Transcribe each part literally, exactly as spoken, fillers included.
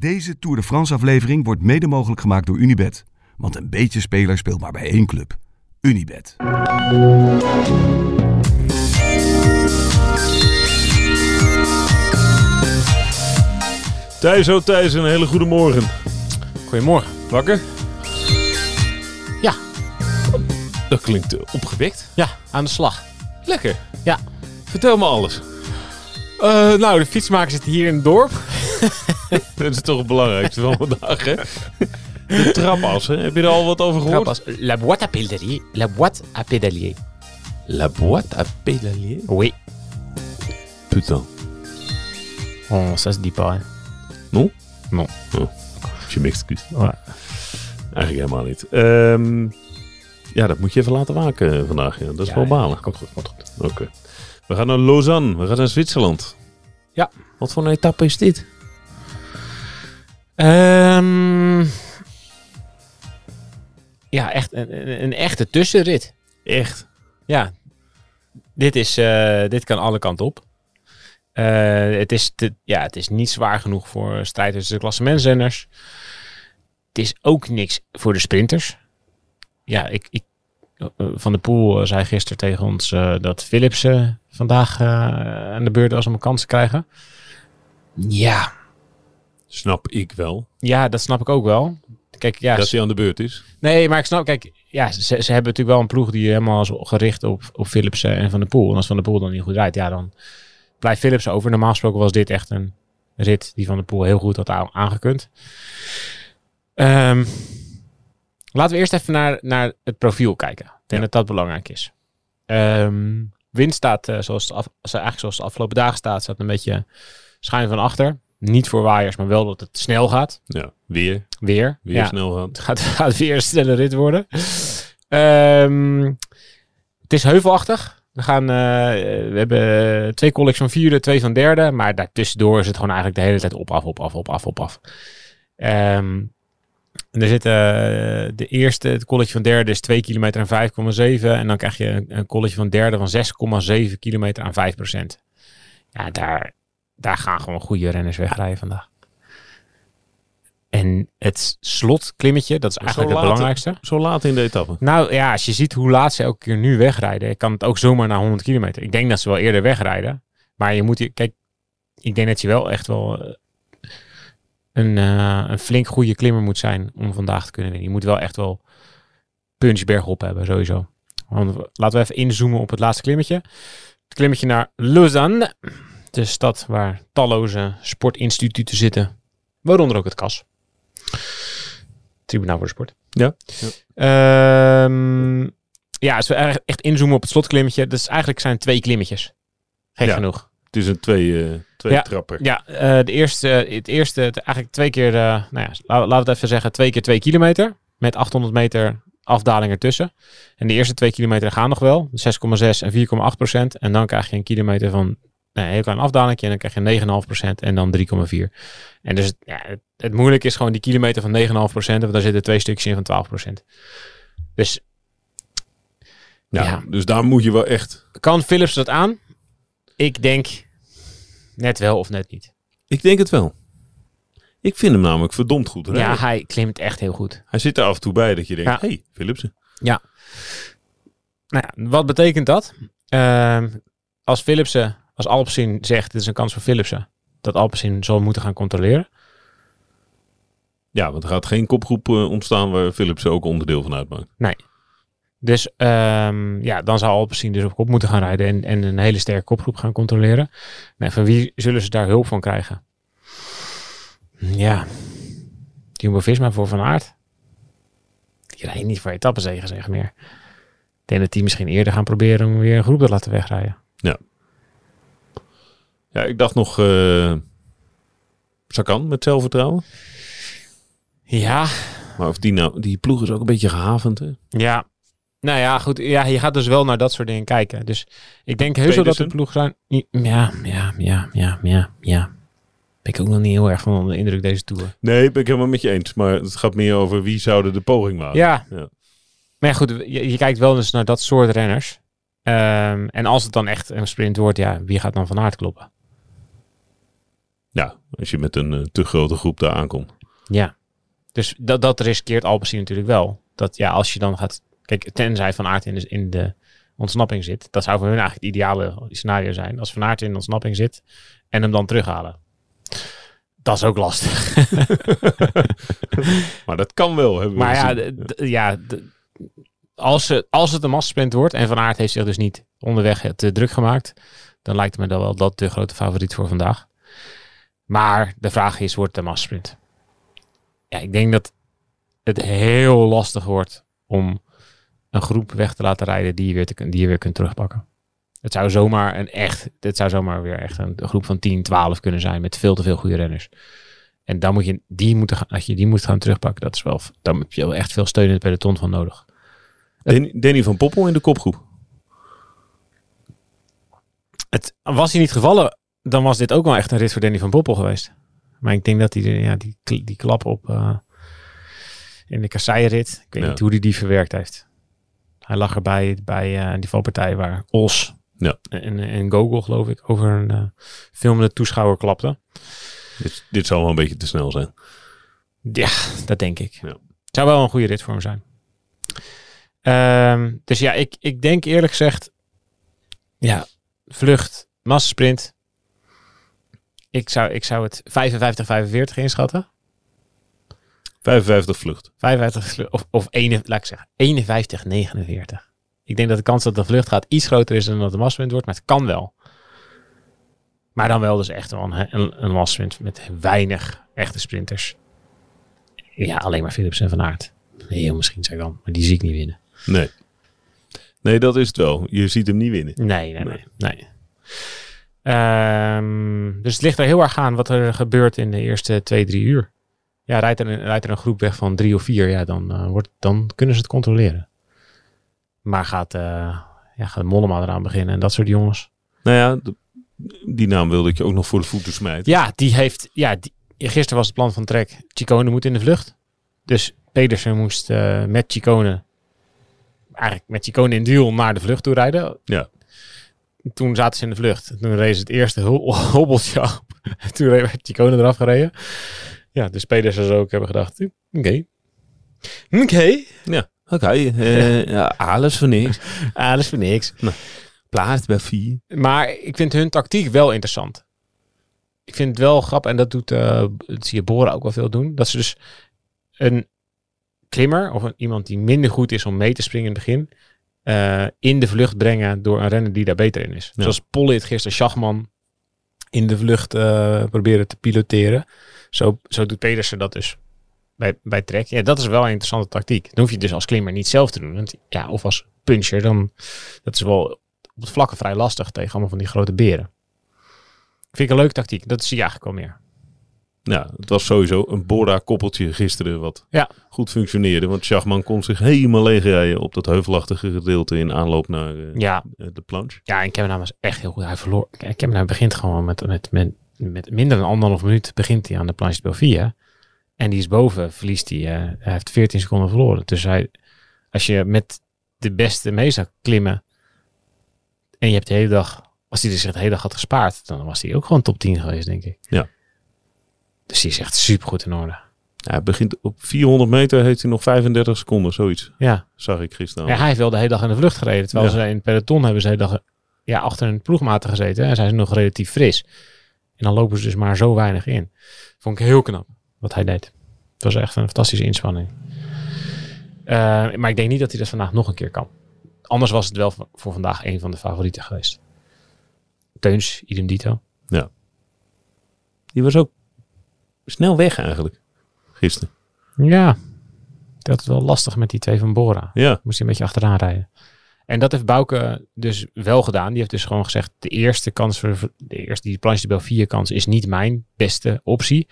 Deze Tour de France aflevering wordt mede mogelijk gemaakt door Unibet. Want een beetje speler speelt maar bij één club. Unibet. Thijs, oh Thijs, een hele goede morgen. Goedemorgen. Wakker? Ja. Dat klinkt uh, opgewekt. Ja, aan de slag. Lekker. Ja. Vertel me alles. Uh, nou, de fietsmaker zit hier in het dorp. Dat is toch het belangrijkste van vandaag, hè? De trapas, hè? Heb je er al wat over gehoord? Trapas. La boîte à pédalier. La boîte à pédalier. La boîte à pédalier? Oui. Putain. Oh, ça se dit pas, hein. Non? Non. Oh. Je m'excuse. Ouais. Eigenlijk helemaal niet. Um, ja, dat moet je even laten waken vandaag. Ja. Dat is ja, wel balen. Ja, komt goed, komt goed. Oké. Okay. We gaan naar Lausanne. We gaan naar Zwitserland. Ja. Wat voor een etappe is dit? Um, ja, echt een, een, een echte tussenrit. Echt? Ja. Dit, is, uh, dit kan alle kanten op. Uh, het, is te, ja, het is niet zwaar genoeg voor strijd tussen de klassementsrenners. Het is ook niks voor de sprinters. Ja, ik, ik, Van der Poel uh, zei gisteren tegen ons uh, dat Philipsen uh, vandaag uh, aan de beurt was om een kans te krijgen. Ja. Snap ik wel. Ja, dat snap ik ook wel. Kijk, ja, dat hij aan de beurt is. Nee, maar ik snap, kijk, ja, ze, ze hebben natuurlijk wel een ploeg die helemaal is gericht op, op Philipsen en Van der Poel. En als Van der Poel dan niet goed rijdt, ja, dan blijft Philipsen over. Normaal gesproken was dit echt een rit die Van der Poel heel goed had aangekund. Um, laten we eerst even naar, naar het profiel kijken. Ik denk ja. dat dat belangrijk is. Um, wind staat, uh, zoals, het af, eigenlijk zoals de afgelopen dagen staat, staat een beetje schuin van achter. Niet voor waaiers, maar wel dat het snel gaat. Ja, weer. Weer. Weer ja. snel gaan. Het gaat, gaat weer een snelle rit worden. Um, het is heuvelachtig. We, gaan, uh, we hebben twee collegs van vierde, twee van derde. Maar daartussendoor is het gewoon eigenlijk de hele tijd op, af, op, af, op, af, op, af. Um, en er zit uh, de eerste, het colletje van derde is twee kilometer en vijf komma zeven. En dan krijg je een, een colletje van derde van zes komma zeven kilometer aan vijf procent. Ja, daar, daar gaan gewoon goede renners wegrijden vandaag. En het slotklimmetje, dat is eigenlijk zo het laat, belangrijkste. Zo laat in de etappe. Nou ja, als je ziet hoe laat ze elke keer nu wegrijden, kan het ook zomaar naar honderd kilometer. Ik denk dat ze wel eerder wegrijden. Maar je moet, kijk, ik denk dat je wel echt wel een, uh, een flink goede klimmer moet zijn om vandaag te kunnen winnen. Je moet wel echt wel punch bergop hebben, sowieso. Want laten we even inzoomen op het laatste klimmetje. Het klimmetje naar Lausanne, de stad waar talloze sportinstituten zitten, waaronder ook het K A S. Tribunaal voor de Sport. Ja. Ja, um, ja, als we echt inzoomen op het slotklimmetje, dus eigenlijk zijn twee klimmetjes. Gek ja. genoeg. Het is een twee, uh, twee ja, trapper. Ja, uh, de eerste, het eerste, het eigenlijk twee keer, uh, nou ja, laten we het even zeggen, twee keer twee kilometer. Met achthonderd meter afdaling ertussen. En de eerste twee kilometer gaan nog wel. zes komma zes en vier komma acht procent. En dan krijg je een kilometer van nou, een heel klein afdaling. En dan krijg je negen komma vijf procent en dan drie komma vier. En dus ja, het, het moeilijke is gewoon die kilometer van negen komma vijf procent. Want daar zitten twee stukjes in van twaalf procent. Dus ja, ja, dus daar moet je wel echt... Kan Philips dat aan? Ik denk net wel of net niet. Ik denk het wel. Ik vind hem namelijk verdomd goed rijden. Ja, hij klimt echt heel goed. Hij zit er af en toe bij dat je denkt, hé, ja. hey, Philipsen. Ja. Nou ja, wat betekent dat? Uh, als Philipsen, als Alpecin zegt, dit is een kans voor Philipsen, dat Alpecin zal moeten gaan controleren. Ja, want er gaat geen kopgroep uh, ontstaan waar Philipsen ook onderdeel van uitmaakt. Nee. Dus um, ja, dan zou Alpecin dus op kop moeten gaan rijden en, en een hele sterke kopgroep gaan controleren. Nee, van wie zullen ze daar hulp van krijgen? Ja, Jumbo-Visma voor Van Aert. Die rijden niet voor etappenzegen, zeg meer. Ik denk dat die misschien eerder gaan proberen om weer een groep te laten wegrijden. Ja. Ja, ik dacht nog uh, Sagan met zelfvertrouwen. Ja. Maar of die nou, die ploeg is ook een beetje gehavend, hè? Ja. Nou ja, goed. Ja, je gaat dus wel naar dat soort dingen kijken. Dus ik denk heus wel dat de ploeg zijn. Ja, ja, ja, ja, ja, ja. Ben ik ook nog niet heel erg van onder de indruk deze Tour. Nee, ben ik helemaal met je eens. Maar het gaat meer over wie zouden de poging maken. Ja. ja. Maar ja, goed, je, je kijkt wel eens naar dat soort renners. Um, en als het dan echt een sprint wordt, ja, wie gaat dan Van Aert kloppen? Ja, als je met een uh, te grote groep daar aankomt. Ja, dus dat, dat riskeert Alpecin natuurlijk wel. Dat ja, als je dan gaat... Kijk, tenzij Van Aert in de, in de ontsnapping zit. Dat zou voor hun eigenlijk het ideale scenario zijn. Als Van Aert in de ontsnapping zit en hem dan terughalen. Dat is ook lastig. Maar dat kan wel. Hebben we maar ja, gezien. d- d- ja d- als, ze, als het een massasprint wordt en Van Aert heeft zich dus niet onderweg te druk gemaakt, dan lijkt me dan wel dat de grote favoriet voor vandaag. Maar de vraag is, wordt het een massasprint? Ja, ik denk dat het heel lastig wordt om een groep weg te laten rijden die je weer, te, die je weer kunt terugpakken. Het zou zomaar een echt, het zou zomaar weer echt een groep van tien, twaalf kunnen zijn met veel te veel goede renners. En dan moet je die moeten gaan, als je die moet gaan terugpakken, dat is wel, dan heb je wel echt veel steun in het peloton van nodig. Danny, Danny van Poppel in de kopgroep. Het was hij niet gevallen, dan was dit ook wel echt een rit voor Danny van Poppel geweest. Maar ik denk dat hij ja, die, die klap op uh, in de kasseienrit, ik weet ja. niet hoe hij die verwerkt heeft. Hij lag erbij bij uh, die valpartij waar Os ja. en, en Gogol, geloof ik, over een uh, filmende toeschouwer klapte. Dit, dit zal wel een beetje te snel zijn. Ja, dat denk ik. Ja. Het zou wel een goede rit voor hem zijn. Um, dus ja, ik, ik denk eerlijk gezegd, ja, vlucht, massasprint. Ik zou, ik zou het vijfenvijftig vijfenveertig inschatten. vijfenvijftig vlucht. vijfenvijftig of, of ene, laat ik zeggen, eenenvijftig negenenveertig. Ik denk dat de kans dat de vlucht gaat iets groter is dan dat de massasprint wordt, maar het kan wel. Maar dan wel dus echt wel een, een, een massasprint met weinig echte sprinters. Ja, alleen maar Philips en Van Aert. Heel misschien Sagan, maar die zie ik niet winnen. Nee. Nee, dat is het wel. Je ziet hem niet winnen. Nee, nee, nee. nee. Um, dus het ligt er heel erg aan wat er gebeurt in de eerste twee, drie uur. Ja, rijdt er een, rijdt er een groep weg van drie of vier, ja, dan, uh, wordt, dan kunnen ze het controleren. Maar gaat, uh, ja, gaat Mollema eraan beginnen en dat soort jongens? Nou ja, de, die naam wilde ik je ook nog voor de voeten smijten. Ja, die heeft... Ja, die, gisteren was het plan van Trek. Ciccone moet in de vlucht. Dus Pedersen moest uh, met Ciccone... Eigenlijk met Ciccone in duel naar de vlucht toe rijden. Ja. Toen zaten ze in de vlucht. Toen reed ze het eerste hobbeltje op. Toen werd Ciccone eraf gereden. Ja, dus Pedersen zou ook hebben gedacht... Oké. Okay. Oké. Okay. Ja, oké. Okay. Uh, ja, alles voor niks. Alles voor niks. Nou, plaats bij vier. Maar ik vind hun tactiek wel interessant. Ik vind het wel grappig. En dat doet... Uh, dat zie je Bora ook wel veel doen. Dat ze dus een klimmer... Of een, iemand die minder goed is om mee te springen in het begin... Uh, in de vlucht brengen door een renner die daar beter in is. Ja. Zoals Pollitt gisteren Schachman in de vlucht uh, proberen te piloteren. Zo, zo doet Pedersen dat dus bij, bij Trek. Ja, dat is wel een interessante tactiek. Dan hoef je dus als klimmer niet zelf te doen. Want, ja, of als puncher, dan dat is wel op het vlakke vrij lastig tegen allemaal van die grote beren. Vind ik een leuke tactiek. Dat zie je eigenlijk wel meer. Ja, het was sowieso een Bora-koppeltje gisteren wat ja. goed functioneerde. Want Schachman kon zich helemaal leegrijden op dat heuvelachtige gedeelte in aanloop naar uh, ja. de planche. Ja, en Kemna was echt heel goed. Hij verloor. Kemna begint gewoon met, met, met, met minder dan anderhalf minuut begint hij aan de planche de Belfie. En die is boven, verliest hij. Uh, hij heeft veertien seconden verloren. Dus hij, als je met de beste mee zou klimmen en je hebt de hele dag, als hij dus de hele dag had gespaard, dan was hij ook gewoon top tien geweest, denk ik. Ja. Dus die is echt super goed in orde. Ja, hij begint op vierhonderd meter, heeft hij nog vijfendertig seconden, zoiets. Ja. Zag ik gisteren. Ja, hij heeft wel de hele dag in de vlucht gereden. Terwijl ja. ze in het peloton hebben ze de hele dag ja, achter een ploegmaten gezeten. En zijn ze nog relatief fris. En dan lopen ze dus maar zo weinig in. Vond ik heel knap wat hij deed. Het was echt een fantastische inspanning. Uh, maar ik denk niet dat hij dat vandaag nog een keer kan. Anders was het wel voor vandaag een van de favorieten geweest. Teuns, idem dito. Ja. Die was ook snel weg eigenlijk. Gisteren. Ja. Dat is wel lastig met die twee van Bora. Ja. Moest hij een beetje achteraan rijden. En dat heeft Bouke dus wel gedaan. Die heeft dus gewoon gezegd, de eerste kans voor de eerste, die planche de Belfie kans is niet mijn beste optie.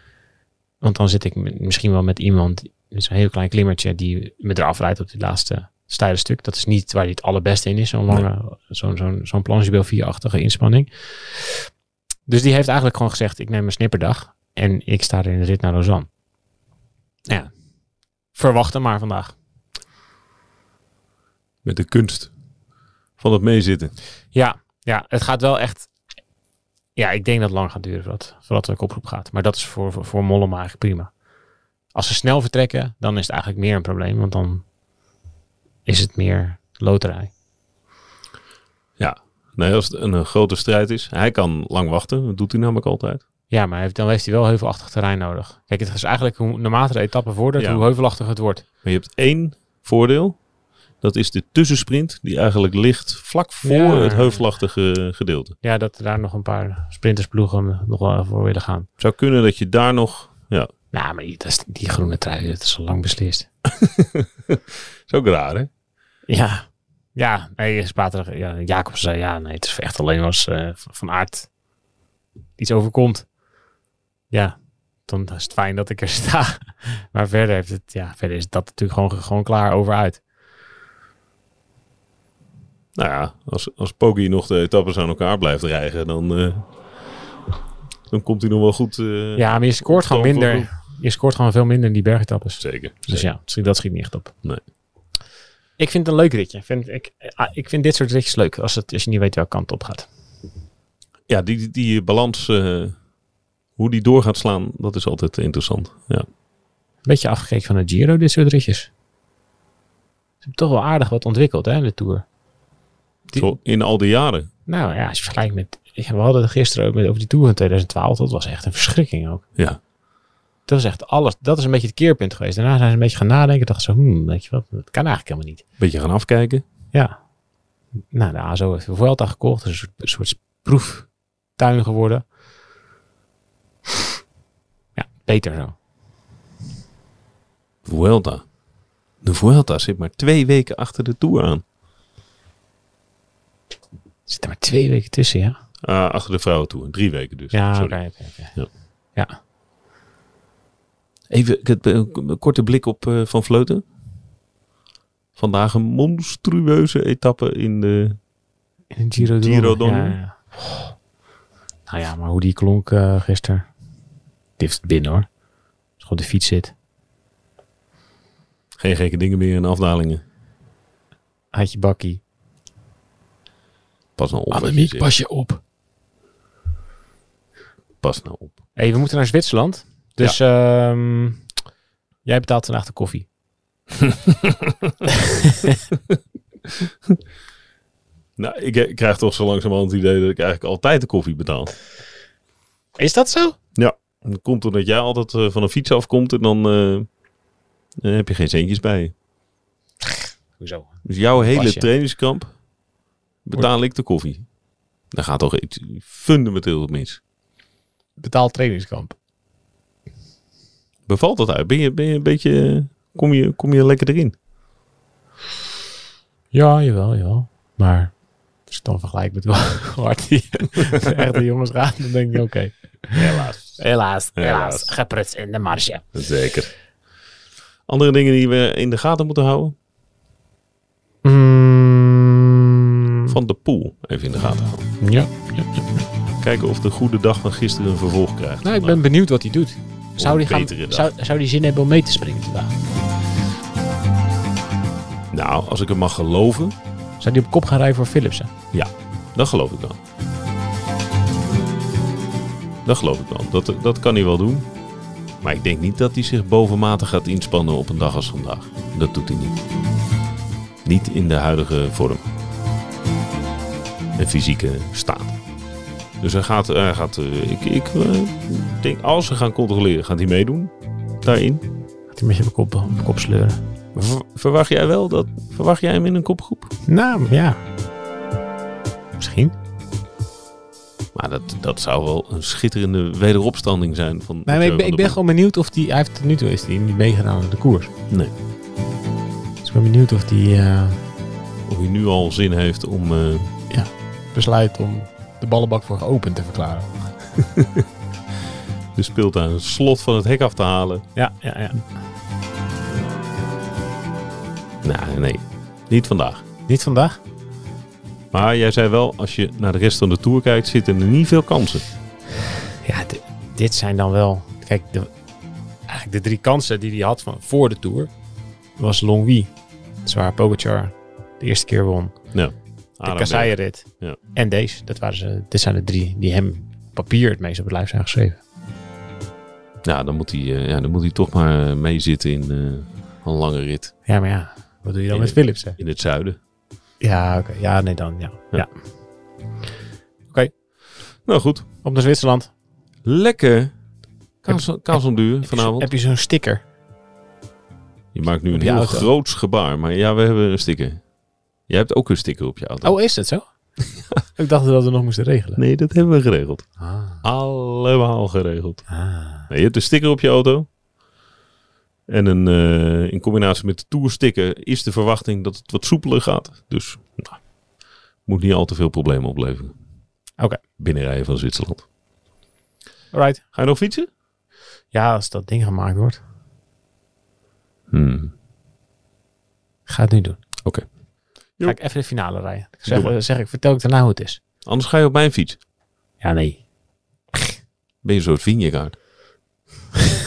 Want dan zit ik misschien wel met iemand, zo'n heel klein klimmertje, die me eraf rijdt op het laatste steile stuk. Dat is niet waar hij het allerbeste in is. Zo'n lange, nee. zo'n, zo'n, zo'n planche de Belfie-achtige inspanning. Dus die heeft eigenlijk gewoon gezegd, ik neem een snipperdag en ik sta er in de rit naar Lausanne. Ja, verwacht hem maar vandaag. Met de kunst van het meezitten. Ja, ja, het gaat wel echt... Ja, ik denk dat het lang gaat duren voordat, voordat er een koproep gaat. Maar dat is voor, voor, voor Mollema eigenlijk prima. Als ze snel vertrekken, dan is het eigenlijk meer een probleem. Want dan is het meer loterij. Ja, nee, als het een, een grote strijd is. Hij kan lang wachten, dat doet hij namelijk altijd. Ja, maar hij heeft, dan heeft hij wel heuvelachtig terrein nodig. Kijk, het is eigenlijk hoe naarmate de etappe vordert, Ja. hoe heuvelachtig het wordt. Maar je hebt één voordeel. Dat is de tussensprint die eigenlijk ligt vlak voor Ja. het heuvelachtige gedeelte. Ja, dat er daar nog een paar sprintersploegen nog wel voor willen gaan. Het zou kunnen dat je daar nog... Ja, Nou, maar die, dat is, die groene trui, dat is al lang beslist. is ook raar, hè? Ja, ja, nee, Spater, ja, Jacobs zei ja, nee, het is echt alleen als uh, Van Aert iets overkomt. Ja, dan is het fijn dat ik er sta. Maar verder heeft het, ja, verder is dat natuurlijk gewoon, gewoon klaar over uit. Nou ja, als, als Poggi nog de etappes aan elkaar blijft rijgen, dan, uh, dan komt hij nog wel goed. Uh, ja, maar je scoort gewoon minder. Je scoort gewoon veel minder in die bergetappes. Zeker. Dus zeker. ja, dat schiet niet echt op. Nee. Ik vind het een leuk ritje. Ik vind, ik, ik vind dit soort ritjes leuk als, het, als je niet weet welke kant het op gaat. Ja, die, die, die balans, uh, hoe die door gaat slaan, dat is altijd interessant. Ja. Beetje afgekeken van de Giro, dit soort ritjes. Ze hebben toch wel aardig wat ontwikkeld, hè, de Tour. Die, Zo in al die jaren. Nou ja, als je vergelijkt met... We hadden het gisteren ook met, over die Tour in twintig twaalf. Dat was echt een verschrikking ook. Ja. Dat was echt alles. Dat is een beetje het keerpunt geweest. Daarna zijn ze een beetje gaan nadenken. Dachten ze, hmm, weet je wat, dat kan eigenlijk helemaal niet. Beetje gaan afkijken. Ja. Nou, de A S O heeft de Vuelta gekocht. Dat is een soort, een soort proeftuin geworden. Ja, beter zo. Vuelta. De Vuelta zit maar twee weken achter de Tour aan. Er zitten maar twee weken tussen, ja? Uh, achter de vrouwentour. Drie weken dus. Ja, oké. Okay, okay, okay. Ja. ja. Even een korte blik op uh, Van Vleuten. Vandaag een monstrueuze etappe in de in de Giro, Giro Donne. Ja, ja. Oh. Nou ja, maar hoe die klonk uh, gisteren. Die heeft het binnen hoor. Als gewoon de fiets zit. Geen gekke dingen meer in afdalingen. Had je bakkie. Pas nou op. Annemiek, pas je op. Pas nou op. Hey, we moeten naar Zwitserland. Dus ja. um, jij betaalt vandaag de koffie. Nou, ik, ik krijg toch zo langzamerhand het idee dat ik eigenlijk altijd de koffie betaal. Is dat zo? Ja. Dat komt omdat jij altijd uh, van een fiets afkomt en dan, uh, dan heb je geen centjes bij je. Hoezo? Dus jouw hele trainingskamp betaal ik de koffie. Daar gaat toch iets fundamenteel mis. Betaal trainingskamp. Bevalt dat uit? Ben je, ben je een beetje... Kom je, kom je lekker erin? Ja, jawel, jawel. Maar als ik dan vergelijk met hoe hard die echte jongens gaan, dan denk ik oké. Okay. Helaas. Helaas. Helaas. Gepruts in de marge. Zeker. Andere dingen die we in de gaten moeten houden? Mm. Van de Poel even in de gaten houden. Ja. ja, ja. Kijken of de goede dag van gisteren een vervolg krijgt. Nou, ik ben benieuwd wat hij doet. Zou die, gaan, zou, zou die zin hebben om mee te springen vandaag? Nou, als ik hem mag geloven... Zou die op kop gaan rijden voor Philipsen? Ja, dat geloof ik wel. Dat geloof ik wel. Dat, dat kan hij wel doen. Maar ik denk niet dat hij zich bovenmatig gaat inspannen op een dag als vandaag. Dat doet hij niet. Niet in de huidige vorm. En fysieke staat. Dus hij gaat... Hij gaat uh, ik ik uh, denk, als ze gaan controleren, gaat hij meedoen. Daarin. Gaat hij met je op kop, op kop sleuren. Ver, verwacht jij wel dat... Verwacht jij hem in een kopgroep? Nou, ja. Misschien. Maar dat, dat zou wel een schitterende wederopstanding zijn. Van nee, maar ik ben, ik ben gewoon benieuwd of die... Hij heeft tot nu toe is die niet meegedaan aan de koers. Nee. Dus ik ben benieuwd of die... Uh, of hij nu al zin heeft om... Uh, ja, besluit om de ballenbak voor geopend te verklaren. De speelt aan het slot van het hek af te halen. Ja, ja, ja. Nou, nee. Niet vandaag. Niet vandaag? Maar jij zei wel, als je naar de rest van de Tour kijkt, zitten er niet veel kansen. Ja, d- dit zijn dan wel... Kijk, de, eigenlijk de drie kansen die hij had van voor de Tour was Longwy. Dat is waar Pogacar de eerste keer won. Ja. De Kasseierit. Ja. En deze. Dat waren ze, dit zijn de drie die hem papier het meest op het lijf zijn geschreven. Ja, dan moet hij, uh, ja, dan moet hij toch maar meezitten in uh, een lange rit. Ja, maar ja, wat doe je dan in met Philipsen? In het zuiden. Ja, oké. Okay. Ja, nee dan, ja. ja. ja. Oké. Okay. Nou goed. Op naar Zwitserland. Lekker. Kaas om duur vanavond. Heb je zo'n sticker? Je maakt nu een heel auto. groots gebaar, maar ja, we hebben een sticker. Jij hebt ook een sticker op je auto. Oh, is dat zo? Ik dacht dat we nog moesten regelen. Nee, dat hebben we geregeld. Ah. Allemaal geregeld. Ah. Nee, je hebt een sticker op je auto. En een, uh, in combinatie met de Tour-sticker is de verwachting dat het wat soepeler gaat. Dus nou, moet niet al te veel problemen opleveren. Oké. Okay. Binnenrijden van Zwitserland. Alright. Ga je nog fietsen? Ja, als dat ding gemaakt wordt. Hmm. Ga het nu doen. Oké. Okay. Ga ik even de finale rijden. Ik zeg, zeg ik, vertel ik daarna hoe het is. Anders ga je op mijn fiets. Ja, nee. Ben je een soort Vingegaard?